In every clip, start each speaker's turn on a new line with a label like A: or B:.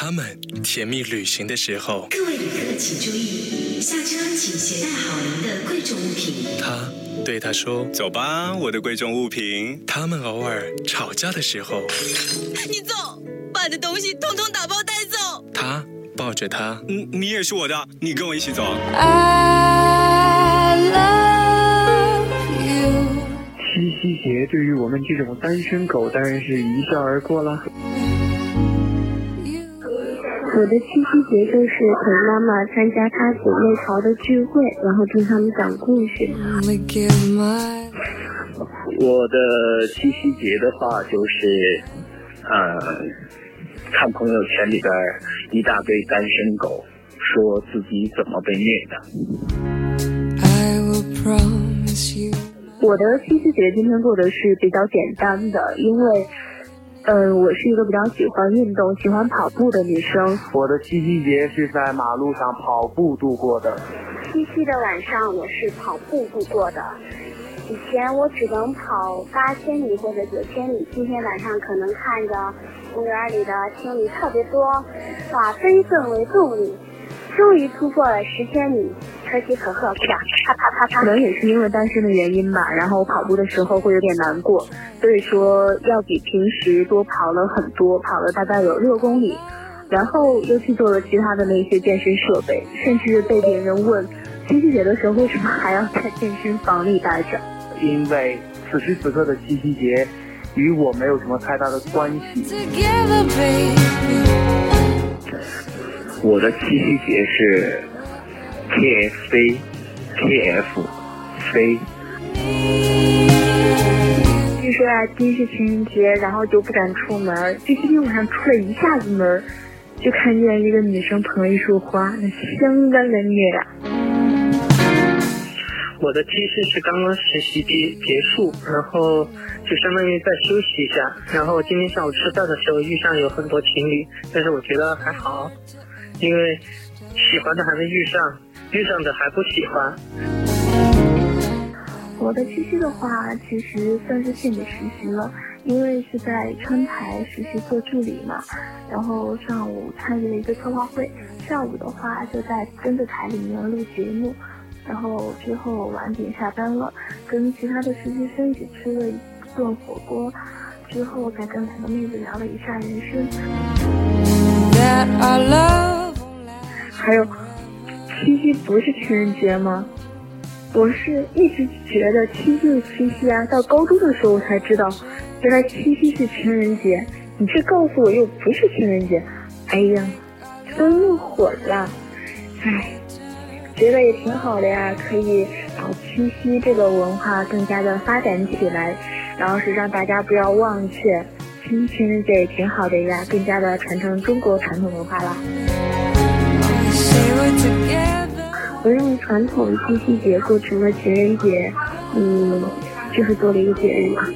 A: 他们甜蜜旅行的时候。
B: 各位旅客请注意，下车请携带好您的贵重物品。
A: 他对他说：
C: 走吧，我的贵重物品。
A: 他们偶尔吵架的时候，
D: 你走，把你的东西统统打包带走。
A: 他抱着他，
C: 你也是我的，你跟我一起走。
E: I love you。
F: 七夕节对于我们这种单身狗当然是一笑而过了。
G: 我的七夕节就是陪妈妈参加她姊妹淘的聚会，然后听他们讲故事。
F: 我的七夕节的话就是看朋友圈里边一大堆单身狗说自己怎么被虐的。
G: 我的七夕节今天过的是比较简单的，因为我是一个比较喜欢运动、喜欢跑步的女生。
F: 我的七夕节是在马路上跑步度过的。
G: 七夕的晚上我是跑步度过的。以前我只能跑8000米或者9000米，今天晚上可能看着公园里的情侣特别多，哇，非奋为动力，终于突破了10千米，可喜可贺，啪啪啪啪。可能也是因为单身的原因吧，然后跑步的时候会有点难过，所以说要比平时多跑了很多，跑了大概有6公里，然后又去做了其他的那些健身设备，甚至被别人问七夕节的时候为什么还要在健身房里待着。
F: 因为此时此刻的七夕节与我没有什么太大的关系。我的七夕节是 KFC KFC。
G: 据说啊，今天是情人节，然后就不敢出门，就今天晚上出了一下子门，就看见一个女生捧了一束花，那相当的虐啊。
H: 我的七夕是刚刚实习结束，然后就相当于在休息一下，然后今天下午吃饭的时候遇上有很多情侣，但是我觉得还好，因为喜欢的还没遇上，遇上的还不喜欢。
G: 我的七夕的话其实算是心理实习了，因为是在川台实习做助理嘛，然后上午参与了一个策划会，下午的话就在真的台里面录节目，然后之后晚点下班了，跟其他的实习生一起吃了一顿火锅，之后再跟2个妹子聊了一下人生。还有，七夕不是情人节吗？我是一直觉得七夕是七夕啊，到高中的时候才知道，原来七夕是情人节。你这告诉我又不是情人节，哎呀，都弄混了，哎。觉得也挺好的呀，可以把七夕这个文化更加的发展起来，然后是让大家不要忘却情人节也挺好的呀，更加的传承中国传统文化啦。我认为传统七夕节过成了情人节，就是多了一个节日吧。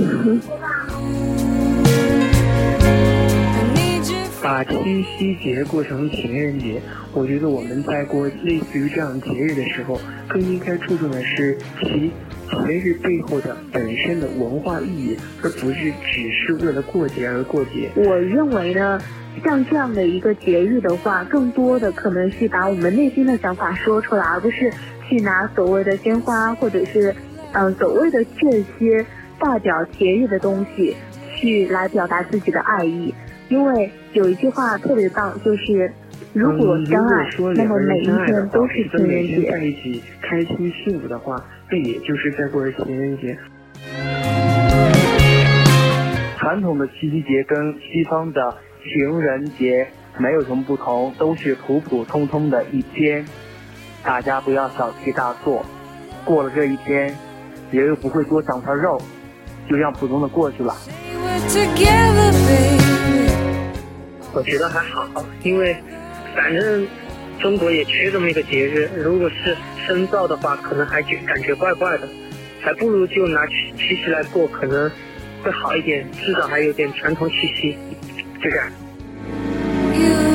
F: 把七夕节过成情人节，我觉得我们在过类似于这样节日的时候，更应该注重的是其节日背后的本身的文化意义，而不是只是为了过节而过节。
G: 我认为呢，像这样的一个节日的话，更多的可能是把我们内心的想法说出来，而不是去拿所谓的鲜花或者是所谓的这些代表节日的东西去来表达自己的爱意。因为有一句话特别棒，就是如果相爱，那么每一天都是情人节。
F: 在一起开心幸福的话，那也就是在过着情人节。传统的七夕节跟西方的情人节没有什么不同，都是普普通通的一天，大家不要小题大做。过了这一天，节日不会多长块肉，就这样普通的过去了。
H: 我觉得还好，因为反正中国也缺这么一个节日，如果是深造的话，可能还感觉怪怪的，还不如就拿七夕来过，可能会好一点，至少还有点传统气息，就这样。